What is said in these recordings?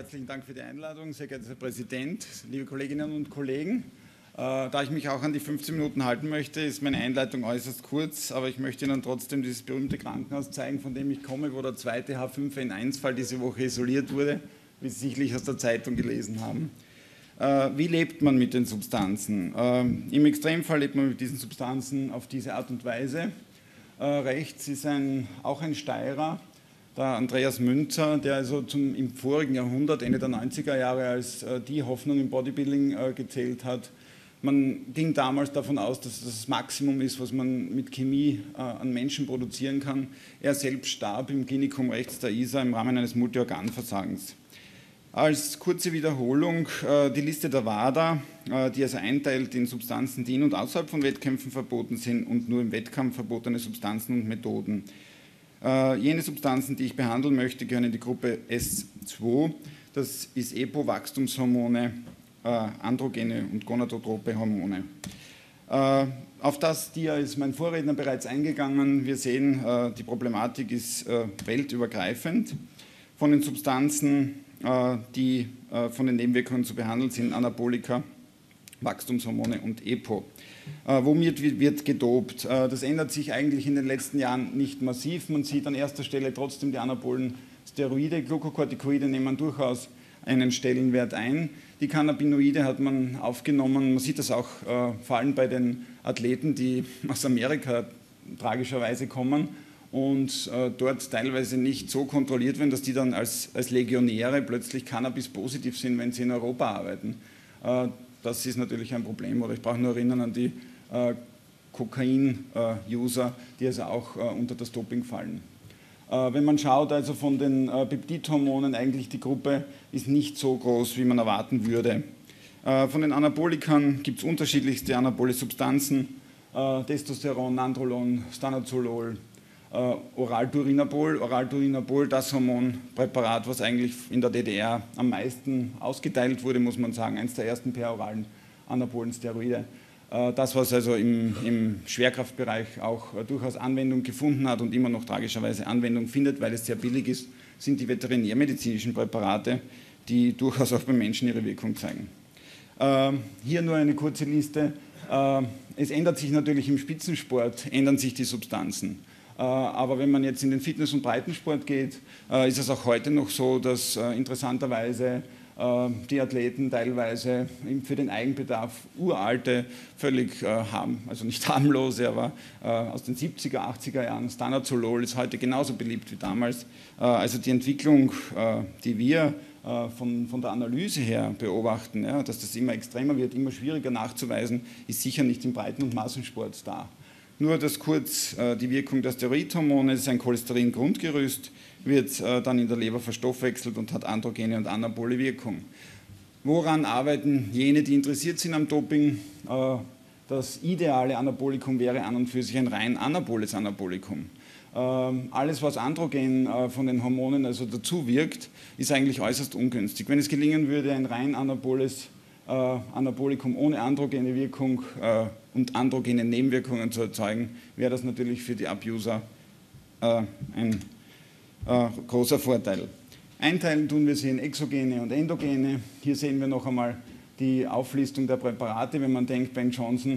herzlichen Dank für die Einladung, sehr geehrter Herr Präsident, liebe Kolleginnen und Kollegen. Da ich mich auch an die 15 Minuten halten möchte, ist meine Einleitung äußerst kurz, aber ich möchte Ihnen trotzdem dieses berühmte Krankenhaus zeigen, von dem ich komme, wo der zweite H5N1-Fall diese Woche isoliert wurde, wie Sie sicherlich aus der Zeitung gelesen haben. Wie lebt man mit den Substanzen? Im Extremfall lebt man mit diesen Substanzen auf diese Art und Weise. Rechts ist auch ein Steirer, der Andreas Münzer, der also im vorigen Jahrhundert, Ende der 90er Jahre, als die Hoffnung im Bodybuilding gezählt hat. Man ging damals davon aus, dass das das Maximum ist, was man mit Chemie an Menschen produzieren kann. Er selbst starb im Klinikum rechts der ISA im Rahmen eines Multiorganversagens. Als kurze Wiederholung die Liste der WADA, die also einteilt in Substanzen, die in und außerhalb von Wettkämpfen verboten sind und nur im Wettkampf verbotene Substanzen und Methoden. Jene Substanzen, die ich behandeln möchte, gehören in die Gruppe S2. Das ist EPO, Wachstumshormone, Androgene und gonadotrope Hormone. Auf das Dia ist mein Vorredner bereits eingegangen. Wir sehen, die Problematik ist weltübergreifend. Von den Substanzen, die von den Nebenwirkungen zu behandeln sind, Anabolika, Wachstumshormone und EPO. Womit wird gedopt? Das ändert sich eigentlich in den letzten Jahren nicht massiv. Man sieht an erster Stelle trotzdem die anabolen Steroide. Glucocorticoide nehmen durchaus einen Stellenwert ein. Die Cannabinoide hat man aufgenommen. Man sieht das auch vor allem bei den Athleten, die aus Amerika tragischerweise kommen und dort teilweise nicht so kontrolliert werden, dass die dann als Legionäre plötzlich Cannabis-positiv sind, wenn sie in Europa arbeiten. Das ist natürlich ein Problem. Oder ich brauche nur erinnern an die Kokain-User, die also auch unter das Doping fallen. Wenn man schaut, also von den Peptidhormonen, eigentlich die Gruppe ist nicht so groß, wie man erwarten würde. Von den Anabolikern gibt es unterschiedlichste anabole Substanzen, Testosteron, Nandrolon, Stanozolol, Oralturinabol. Oralturinabol, das Hormonpräparat, was eigentlich in der DDR am meisten ausgeteilt wurde, muss man sagen, eines der ersten peroralen anabolen Steroide. Das, was also im Schwerkraftbereich auch durchaus Anwendung gefunden hat und immer noch tragischerweise Anwendung findet, weil es sehr billig ist, sind die veterinärmedizinischen Präparate, die durchaus auch beim Menschen ihre Wirkung zeigen. Hier nur eine kurze Liste. Es ändert sich natürlich im Spitzensport, ändern sich die Substanzen. Aber wenn man jetzt in den Fitness- und Breitensport geht, ist es auch heute noch so, dass interessanterweise die Athleten teilweise für den Eigenbedarf uralte völlig haben, also nicht harmlose, aber aus den 70er, 80er Jahren. Stanozolol ist heute genauso beliebt wie damals. Also die Entwicklung, die wir von der Analyse her beobachten, ja, dass das immer extremer wird, immer schwieriger nachzuweisen, ist sicher nicht im Breiten- und Massensport da. Nur das kurz, die Wirkung der Steroidhormone, das ist ein Cholesterin-Grundgerüst, wird dann in der Leber verstoffwechselt und hat androgene und anabole Wirkung. Woran arbeiten jene, die interessiert sind am Doping? Das ideale Anabolikum wäre an und für sich ein rein anaboles Anabolikum. Alles, was androgen von den Hormonen also dazu wirkt, ist eigentlich äußerst ungünstig. Wenn es gelingen würde, ein rein anaboles Anabolikum ohne androgene Wirkung und androgene Nebenwirkungen zu erzeugen, wäre das natürlich für die Abuser ein großer Vorteil. Einteilen tun wir sie in Exogene und Endogene. Hier sehen wir noch einmal die Auflistung der Präparate. Wenn man denkt, Ben Johnson,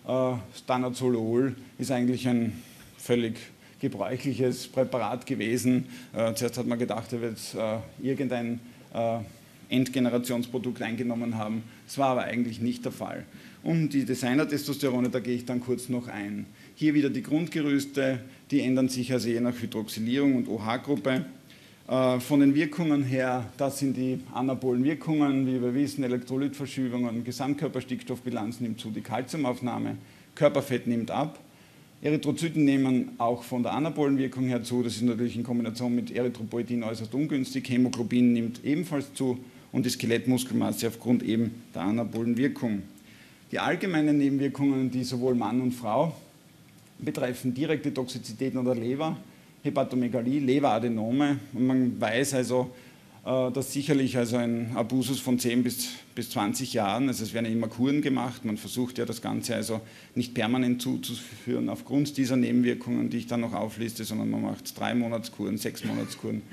Stanozolol ist eigentlich ein völlig gebräuchliches Präparat gewesen. Zuerst hat man gedacht, er wird irgendein Endgenerationsprodukt eingenommen haben. Das war aber eigentlich nicht der Fall. Und die Designer-Testosterone, da gehe ich dann kurz noch ein. Hier wieder die Grundgerüste, die ändern sich also je nach Hydroxylierung und OH-Gruppe. Von den Wirkungen her, das sind die anabolen Wirkungen, wie wir wissen, Elektrolytverschiebungen, Gesamtkörperstickstoffbilanz nimmt zu, die Kalziumaufnahme, Körperfett nimmt ab. Erythrozyten nehmen auch von der anabolen Wirkung her zu, das ist natürlich in Kombination mit Erythropoietin äußerst ungünstig, Hämoglobin nimmt ebenfalls zu und die Skelettmuskelmasse aufgrund eben der anabolen Wirkung. Die allgemeinen Nebenwirkungen, die sowohl Mann und Frau betreffen, direkte Toxizitäten der Leber, Hepatomegalie, Leberadenome. Und man weiß also, dass sicherlich also ein Abusus von 10 bis 20 Jahren, also es werden ja immer Kuren gemacht, man versucht ja das Ganze also nicht permanent zuzuführen aufgrund dieser Nebenwirkungen, die ich dann noch aufliste, sondern man macht 3-Monatskuren, 6-Monatskuren,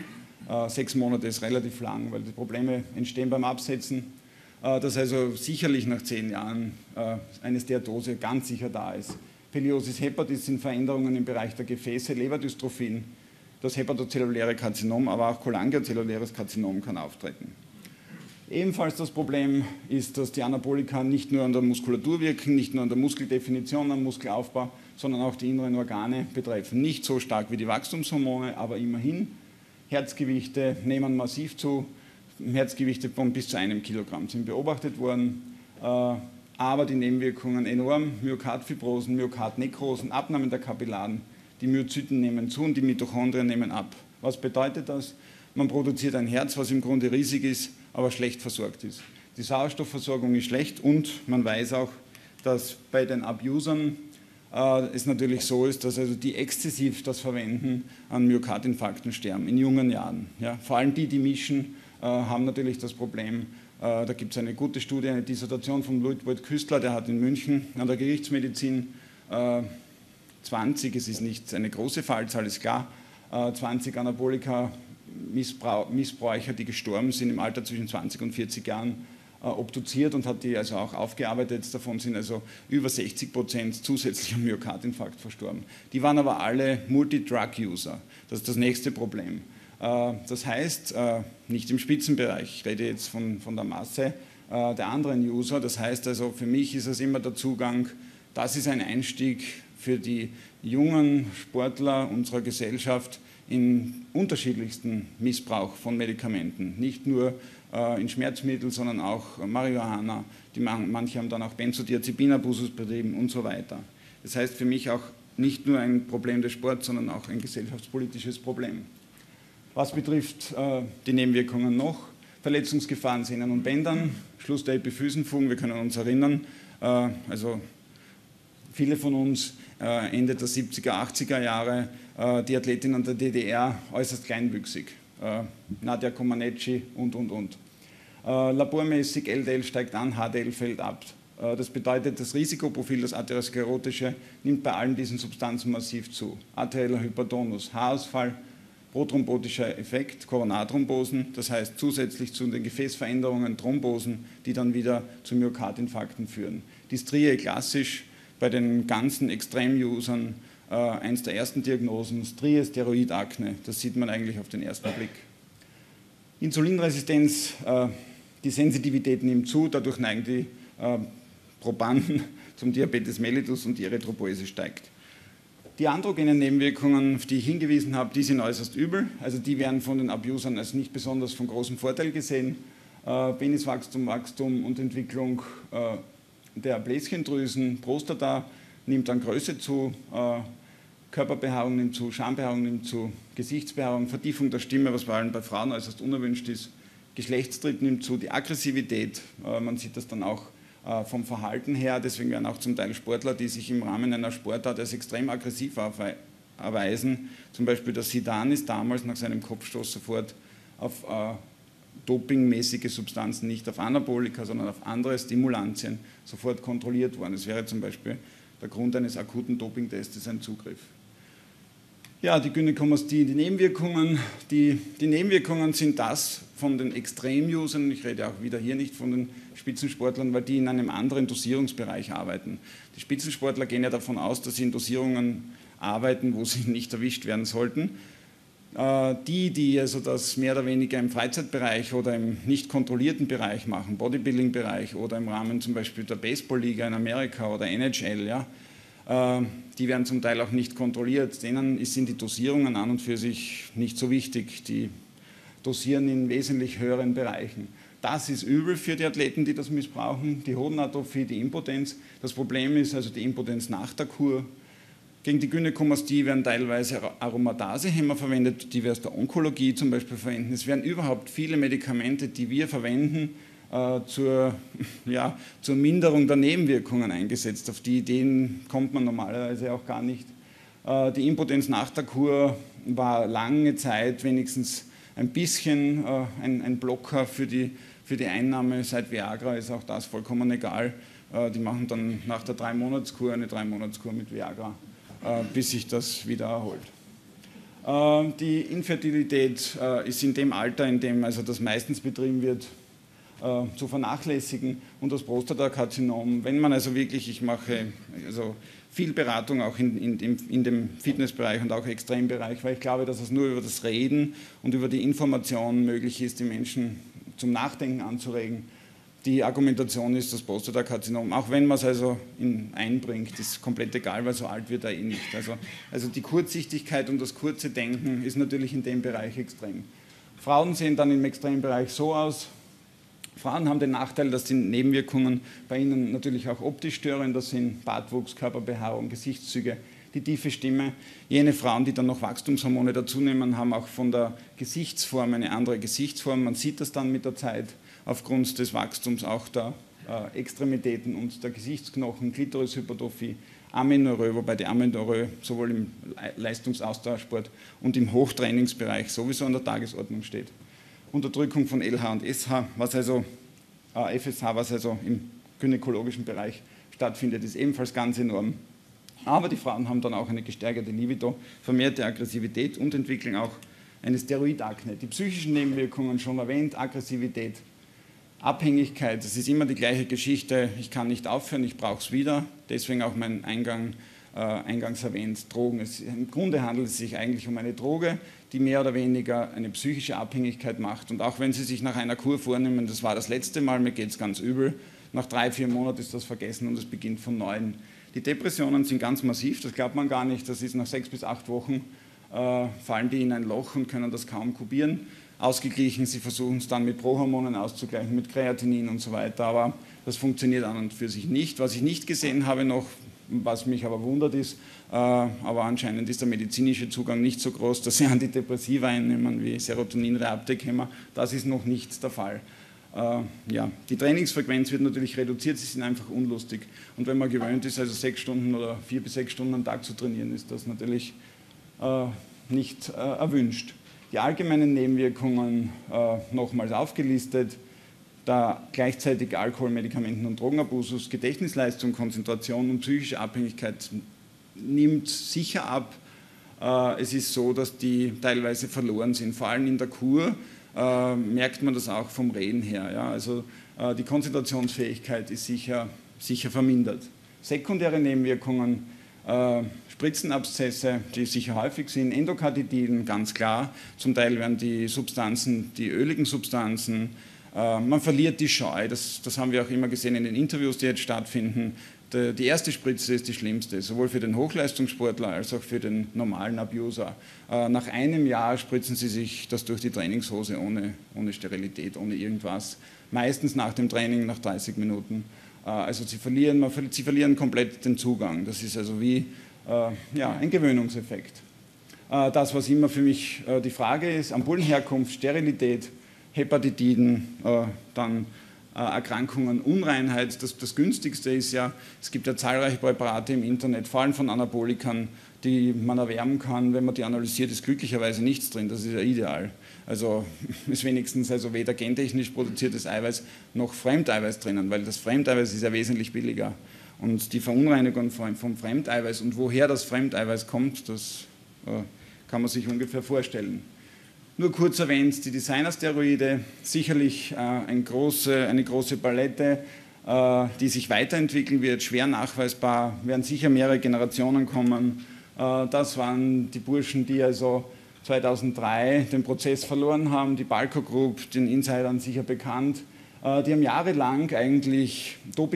6 Monate ist relativ lang, weil die Probleme entstehen beim Absetzen. Dass also sicherlich nach 10 Jahren eine Steatose ganz sicher da ist. Peliosis hepatis sind Veränderungen im Bereich der Gefäße, Leverdystrophien, das hepatozelluläre Karzinom, aber auch cholangiozelluläres Karzinom kann auftreten. Ebenfalls das Problem ist, dass die Anabolika nicht nur an der Muskulatur wirken, nicht nur an der Muskeldefinition, am Muskelaufbau, sondern auch die inneren Organe betreffen. Nicht so stark wie die Wachstumshormone, aber immerhin. Herzgewichte nehmen massiv zu. Herzgewichte von bis zu 1 Kilogramm sind beobachtet worden. Aber die Nebenwirkungen enorm. Myokardfibrosen, Myokardnekrosen, Abnahmen der Kapillaren. Die Myozyten nehmen zu und die Mitochondrien nehmen ab. Was bedeutet das? Man produziert ein Herz, was im Grunde riesig ist, aber schlecht versorgt ist. Die Sauerstoffversorgung ist schlecht und man weiß auch, dass bei den Abusern es natürlich so ist, dass also die exzessiv das verwenden, an Myokardinfarkten sterben, in jungen Jahren. Ja, vor allem die mischen, haben natürlich das Problem, da gibt es eine gute Studie, eine Dissertation von Luitpold Küstler, der hat in München an der Gerichtsmedizin 20, es ist nicht eine große Fallzahl, ist klar, 20 Anabolika-Missbräucher, die gestorben sind im Alter zwischen 20 und 40 Jahren, obduziert und hat die also auch aufgearbeitet. Davon sind also über 60% zusätzlich am Myokardinfarkt verstorben. Die waren aber alle Multi-Drug-User. Das ist das nächste Problem. Das heißt, nicht im Spitzenbereich, ich rede jetzt von der Masse der anderen User. Das heißt also, für mich ist es immer der Zugang, das ist ein Einstieg für die jungen Sportler unserer Gesellschaft in unterschiedlichsten Missbrauch von Medikamenten. Nicht nur in Schmerzmittel, sondern auch Marihuana. Manche haben dann auch Benzodiazepinabusus betrieben und so weiter. Das heißt für mich auch nicht nur ein Problem des Sports, sondern auch ein gesellschaftspolitisches Problem. Was betrifft die Nebenwirkungen noch? Verletzungsgefahren Sehnen und Bändern, Schluss der Epiphysenfugen, wir können uns erinnern, also viele von uns Ende der 70er, 80er Jahre, die Athletinnen der DDR äußerst kleinwüchsig, Nadia Comaneci und. Labormäßig LDL steigt an, HDL fällt ab. Das bedeutet, das Risikoprofil, das atherosklerotische, nimmt bei allen diesen Substanzen massiv zu. Arterieller Hypertonus, Haarausfall, prothrombotischer Effekt, Koronarthrombosen, das heißt zusätzlich zu den Gefäßveränderungen Thrombosen, die dann wieder zu Myokardinfarkten führen. Dystrie klassisch bei den ganzen Extrem-Usern, eins der ersten Diagnosen, Strie, Steroidakne, das sieht man eigentlich auf den ersten Blick. Insulinresistenz, die Sensitivität nimmt zu, dadurch neigen die Probanden zum Diabetes mellitus und die Erythropoese steigt. Die androgenen Nebenwirkungen, auf die ich hingewiesen habe, die sind äußerst übel, also die werden von den Abusern als nicht besonders von großem Vorteil gesehen. Peniswachstum, Wachstum und Entwicklung der Bläschendrüsen, Prostata nimmt an Größe zu, Körperbehaarung nimmt zu, Schambehaarung nimmt zu, Gesichtsbehaarung, Vertiefung der Stimme, was vor allem bei Frauen äußerst unerwünscht ist, Geschlechtstrieb nimmt zu, die Aggressivität, man sieht das dann auch vom Verhalten her, deswegen werden auch zum Teil Sportler, die sich im Rahmen einer Sportart als extrem aggressiv erweisen, zum Beispiel der Zidane ist damals nach seinem Kopfstoß sofort auf dopingmäßige Substanzen, nicht auf Anabolika, sondern auf andere Stimulantien sofort kontrolliert worden. Es wäre zum Beispiel der Grund eines akuten Dopingtests ein Zugriff. Ja, die Gynäkomastie, die Nebenwirkungen. Die Nebenwirkungen sind das von den Extrem-Usern, ich rede auch wieder hier nicht von den Spitzensportlern, weil die in einem anderen Dosierungsbereich arbeiten. Die Spitzensportler gehen ja davon aus, dass sie in Dosierungen arbeiten, wo sie nicht erwischt werden sollten. Die also das mehr oder weniger im Freizeitbereich oder im nicht kontrollierten Bereich machen, Bodybuilding-Bereich oder im Rahmen zum Beispiel der Baseball-Liga in Amerika oder NHL, ja, die werden zum Teil auch nicht kontrolliert. Denen sind die Dosierungen an und für sich nicht so wichtig. Die dosieren in wesentlich höheren Bereichen. Das ist übel für die Athleten, die das missbrauchen, die Hodenatrophie, die Impotenz. Das Problem ist also die Impotenz nach der Kur. Gegen die Gynäkomastie werden teilweise Aromatasehemmer verwendet, die wir aus der Onkologie zum Beispiel verwenden. Es werden überhaupt viele Medikamente, die wir verwenden, zur Minderung der Nebenwirkungen eingesetzt. Auf die Ideen kommt man normalerweise auch gar nicht. Die Impotenz nach der Kur war lange Zeit wenigstens ein bisschen ein Blocker für die Einnahme. Seit Viagra ist auch das vollkommen egal. Die machen dann nach der 3-Monats-Kur eine 3-Monats-Kur mit Viagra, bis sich das wieder erholt. Die Infertilität ist in dem Alter, in dem also das meistens betrieben wird, zu vernachlässigen, und das Prostatakarzinom, wenn man also wirklich, ich mache also viel Beratung auch in dem Fitnessbereich und auch Extrembereich, weil ich glaube, dass es nur über das Reden und über die Information möglich ist, die Menschen zum Nachdenken anzuregen. Die Argumentation ist das Prostatakarzinom, auch wenn man es also einbringt, ist komplett egal, weil so alt wird er eh nicht. Also die Kurzsichtigkeit und das kurze Denken ist natürlich in dem Bereich extrem. Frauen sehen dann im Extrembereich so aus. Frauen haben den Nachteil, dass die Nebenwirkungen bei ihnen natürlich auch optisch stören. Das sind Bartwuchs, Körperbehaarung, Gesichtszüge, die tiefe Stimme. Jene Frauen, die dann noch Wachstumshormone dazunehmen, haben auch von der Gesichtsform eine andere Gesichtsform. Man sieht das dann mit der Zeit aufgrund des Wachstums auch der Extremitäten und der Gesichtsknochen, Klitorishypertrophie, Amenorrhoe, wobei die Amenorrhoe sowohl im Leistungsausdauersport und im Hochtrainingsbereich sowieso an der Tagesordnung steht. Unterdrückung von LH und SH, FSH, was also im gynäkologischen Bereich stattfindet, ist ebenfalls ganz enorm. Aber die Frauen haben dann auch eine gesteigerte Libido, vermehrte Aggressivität und entwickeln auch eine Steroidakne. Die psychischen Nebenwirkungen schon erwähnt, Aggressivität, Abhängigkeit, das ist immer die gleiche Geschichte, ich kann nicht aufhören, ich brauche es wieder, deswegen auch mein eingangs erwähnt, Drogen. Im Grunde handelt es sich eigentlich um eine Droge, die mehr oder weniger eine psychische Abhängigkeit macht. Und auch wenn Sie sich nach einer Kur vornehmen, das war das letzte Mal, mir geht es ganz übel, nach 3-4 Monaten ist das vergessen und es beginnt von neuem. Die Depressionen sind ganz massiv, das glaubt man gar nicht, das ist nach 6 bis 8 Wochen, fallen die in ein Loch und können das kaum kubieren. Ausgeglichen, sie versuchen es dann mit Prohormonen auszugleichen, mit Kreatinin und so weiter, aber das funktioniert an und für sich nicht. Was ich nicht gesehen habe noch, was mich aber wundert ist, aber anscheinend ist der medizinische Zugang nicht so groß, dass sie Antidepressiva einnehmen wie Serotonin, Reuptake-Hämmer. Das ist noch nicht der Fall. Ja, die Trainingsfrequenz wird natürlich reduziert, sie sind einfach unlustig. Und wenn man gewöhnt ist, also 6 Stunden oder 4 bis 6 Stunden am Tag zu trainieren, ist das natürlich nicht erwünscht. Die allgemeinen Nebenwirkungen nochmals aufgelistet. Da gleichzeitig Alkohol, Medikamenten- und Drogenabusus, Gedächtnisleistung, Konzentration und psychische Abhängigkeit nimmt sicher ab. Es ist so, dass die teilweise verloren sind. Vor allem in der Kur merkt man das auch vom Reden her. Ja? Also die Konzentrationsfähigkeit ist sicher vermindert. Sekundäre Nebenwirkungen, Spritzenabszesse, die sicher häufig sind, Endokarditiden, ganz klar. Zum Teil werden die Substanzen, die öligen Substanzen, man verliert die Scheu, das haben wir auch immer gesehen in den Interviews, die jetzt stattfinden. Die erste Spritze ist die schlimmste, sowohl für den Hochleistungssportler als auch für den normalen Abuser. Nach einem Jahr spritzen sie sich das durch die Trainingshose ohne Sterilität, ohne irgendwas. Meistens nach dem Training, nach 30 Minuten. Also sie verlieren komplett den Zugang. Das ist also wie ein Gewöhnungseffekt. Das, was immer für mich die Frage ist, Ampullenherkunft, Sterilität, Hepatitiden, dann Erkrankungen, Unreinheit. Das Günstigste ist ja, es gibt ja zahlreiche Präparate im Internet, vor allem von Anabolikern, die man erwärmen kann. Wenn man die analysiert, ist glücklicherweise nichts drin, das ist ja ideal. Also ist wenigstens also weder gentechnisch produziertes Eiweiß noch Fremdeiweiß drinnen, weil das Fremdeiweiß ist ja wesentlich billiger. Und die Verunreinigung vom Fremdeiweiß und woher das Fremdeiweiß kommt, das kann man sich ungefähr vorstellen. Nur kurz erwähnt, die Designersteroide, sicherlich eine große Palette, die sich weiterentwickeln wird, schwer nachweisbar, werden sicher mehrere Generationen kommen. Das waren die Burschen, die also 2003 den Prozess verloren haben, die Balco Group, den Insidern sicher bekannt. Die haben jahrelang eigentlich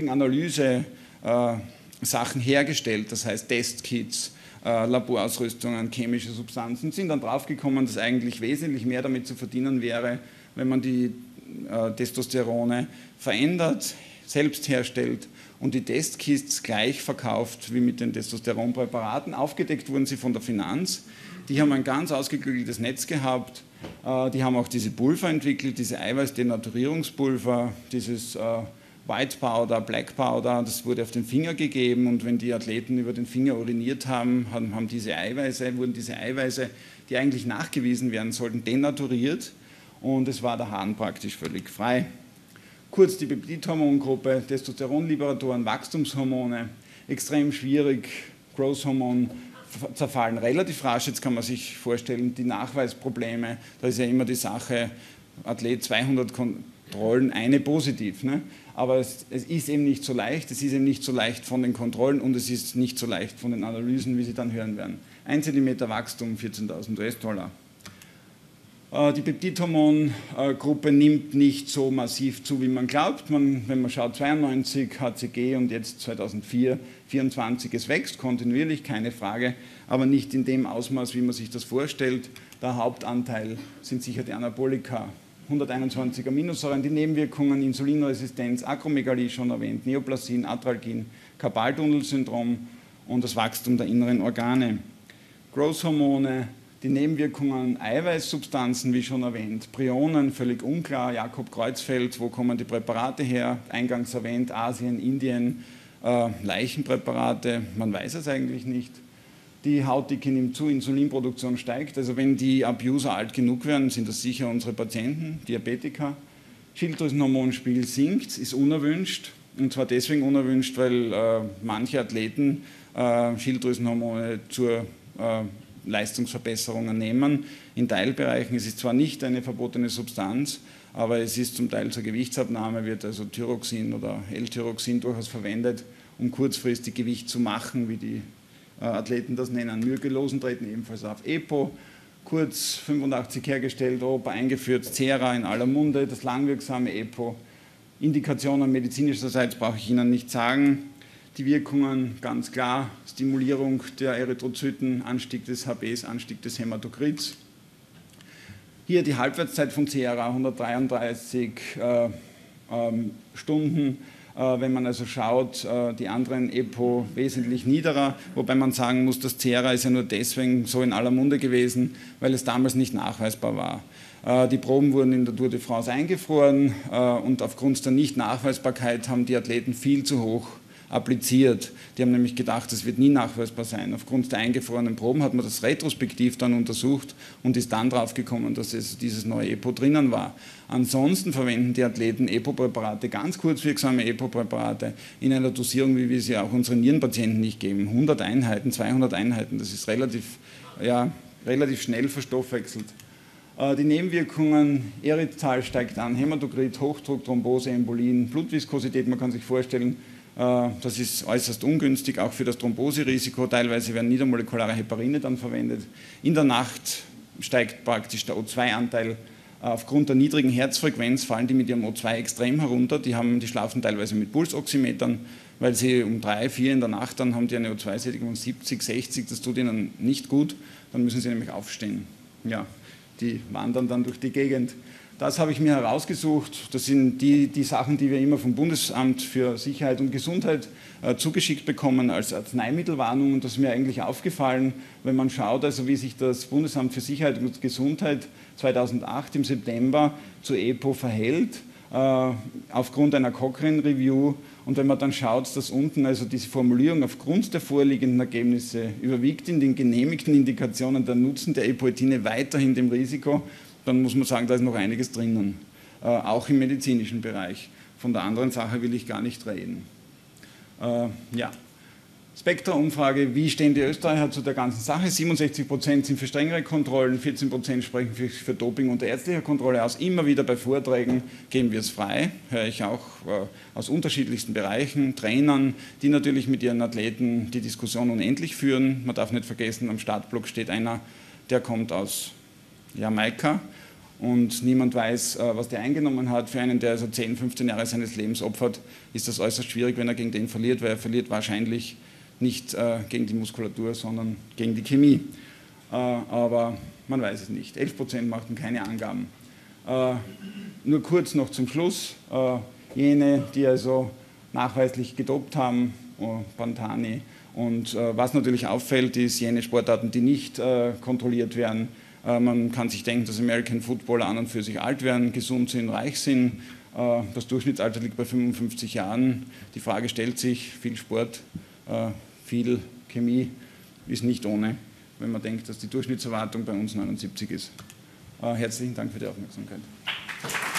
Dopinganalyse-Sachen hergestellt, das heißt Testkits, Laborausrüstungen, chemische Substanzen, sind dann draufgekommen, dass eigentlich wesentlich mehr damit zu verdienen wäre, wenn man die Testosterone verändert, selbst herstellt und die Testkits gleich verkauft wie mit den Testosteronpräparaten. Aufgedeckt wurden sie von der Finanz. Die haben ein ganz ausgeklügeltes Netz gehabt. Die haben auch diese Pulver entwickelt, diese Eiweißdenaturierungspulver, dieses White Powder, Black Powder, das wurde auf den Finger gegeben und wenn die Athleten über den Finger uriniert haben, wurden diese Eiweiße, die eigentlich nachgewiesen werden sollten, denaturiert und es war der Hahn praktisch völlig frei. Kurz die Peptidhormongruppe, Testosteronliberatoren, Wachstumshormone, extrem schwierig, Growth-Hormon, zerfallen relativ rasch. Jetzt kann man sich vorstellen, die Nachweisprobleme, da ist ja immer die Sache, Athlet 200 Kontrollen, eine positiv. Ne? Aber es ist eben nicht so leicht, es ist eben nicht so leicht von den Kontrollen und es ist nicht so leicht von den Analysen, wie Sie dann hören werden. 1 cm Wachstum, 14.000 US-Dollar. Die Peptidhormongruppe nimmt nicht so massiv zu, wie man glaubt. Wenn man schaut, 92 HCG und jetzt 2004, 24, es wächst kontinuierlich, keine Frage, aber nicht in dem Ausmaß, wie man sich das vorstellt. Der Hauptanteil sind sicher die Anabolika. 121 Aminosäuren, die Nebenwirkungen, Insulinresistenz, Akromegalie schon erwähnt, Neoplasin, Atralgin, Carpal-Tunnel-Syndrom und das Wachstum der inneren Organe. Growth-Hormone, die Nebenwirkungen, Eiweißsubstanzen, wie schon erwähnt, Prionen, völlig unklar, Jakob Kreuzfeld, wo kommen die Präparate her, eingangs erwähnt, Asien, Indien, Leichenpräparate, man weiß es eigentlich nicht. Die Hautdicke nimmt zu, Insulinproduktion steigt, also wenn die Abuser alt genug werden, sind das sicher unsere Patienten, Diabetiker. Schilddrüsenhormonspiegel sinkt, ist unerwünscht und zwar deswegen unerwünscht, weil manche Athleten Schilddrüsenhormone zur Leistungsverbesserungen nehmen in Teilbereichen. Es ist zwar nicht eine verbotene Substanz, aber es ist zum Teil zur Gewichtsabnahme, wird also Thyroxin oder L-Thyroxin durchaus verwendet, um kurzfristig Gewicht zu machen, wie die Athleten das nennen. Myrgelosen treten ebenfalls auf. EPO, kurz 85 hergestellt, Europa eingeführt, Cera in aller Munde, das langwirksame EPO. Indikationen medizinischerseits brauche ich Ihnen nicht sagen. Die Wirkungen ganz klar, Stimulierung der Erythrozyten, Anstieg des HBs, Anstieg des Hämatokrits. Hier die Halbwertszeit von Cera, 133 Stunden. Wenn man also schaut, die anderen EPO wesentlich niederer, wobei man sagen muss, das Cera ist ja nur deswegen so in aller Munde gewesen, weil es damals nicht nachweisbar war. Die Proben wurden in der Tour de France eingefroren und aufgrund der Nicht-Nachweisbarkeit haben die Athleten viel zu hoch appliziert. Die haben nämlich gedacht, das wird nie nachweisbar sein. Aufgrund der eingefrorenen Proben hat man das retrospektiv dann untersucht und ist dann drauf gekommen, dass es dieses neue EPO drinnen war. Ansonsten verwenden die Athleten EPO-Präparate, ganz kurzwirksame EPO-Präparate, in einer Dosierung, wie wir sie auch unseren Nierenpatienten nicht geben. 100 Einheiten, 200 Einheiten, das ist relativ schnell verstoffwechselt. Die Nebenwirkungen, Erythral steigt an, Hämatokrit, Hochdruck, Thrombose, Embolien, Blutviskosität, man kann sich vorstellen, das ist äußerst ungünstig, auch für das Thromboserisiko. Teilweise werden niedermolekulare Heparine dann verwendet. In der Nacht steigt praktisch der O2-Anteil. Aufgrund der niedrigen Herzfrequenz fallen die mit ihrem O2 extrem herunter. Die schlafen teilweise mit Pulsoximetern, weil sie um 3, 4 in der Nacht, dann haben die eine O2-Sättigung von 70, 60, das tut ihnen nicht gut. Dann müssen sie nämlich aufstehen. Ja, die wandern dann durch die Gegend. Das habe ich mir herausgesucht. Das sind die Sachen, die wir immer vom Bundesamt für Sicherheit und Gesundheit zugeschickt bekommen als Arzneimittelwarnung. Und das ist mir eigentlich aufgefallen, wenn man schaut, also wie sich das Bundesamt für Sicherheit und Gesundheit 2008 im September zu EPO verhält, aufgrund einer Cochrane Review. Und wenn man dann schaut, dass unten also diese Formulierung aufgrund der vorliegenden Ergebnisse überwiegt in den genehmigten Indikationen der Nutzen der Epoetine weiterhin dem Risiko, dann muss man sagen, da ist noch einiges drinnen, auch im medizinischen Bereich. Von der anderen Sache will ich gar nicht reden. Ja. Spektra-Umfrage, wie stehen die Österreicher zu der ganzen Sache? 67% sind für strengere Kontrollen, 14% sprechen für Doping unter ärztlicher Kontrolle aus. Immer wieder bei Vorträgen geben wir es frei, höre ich auch aus unterschiedlichsten Bereichen, Trainern, die natürlich mit ihren Athleten die Diskussion unendlich führen. Man darf nicht vergessen, am Startblock steht einer, der kommt aus Jamaika und niemand weiß, was der eingenommen hat. Für einen, der also 10, 15 Jahre seines Lebens opfert, ist das äußerst schwierig, wenn er gegen den verliert, weil er verliert wahrscheinlich nicht gegen die Muskulatur, sondern gegen die Chemie. Aber man weiß es nicht. 11% machten keine Angaben. Nur kurz noch zum Schluss. Jene, die also nachweislich gedopt haben, Pantani. Und was natürlich auffällt, ist jene Sportarten, die nicht kontrolliert werden. Man kann sich denken, dass American Footballer an und für sich alt werden, gesund sind, reich sind. Das Durchschnittsalter liegt bei 55 Jahren. Die Frage stellt sich, viel Sport, viel Chemie ist nicht ohne, wenn man denkt, dass die Durchschnittserwartung bei uns 79 ist. Herzlichen Dank für die Aufmerksamkeit.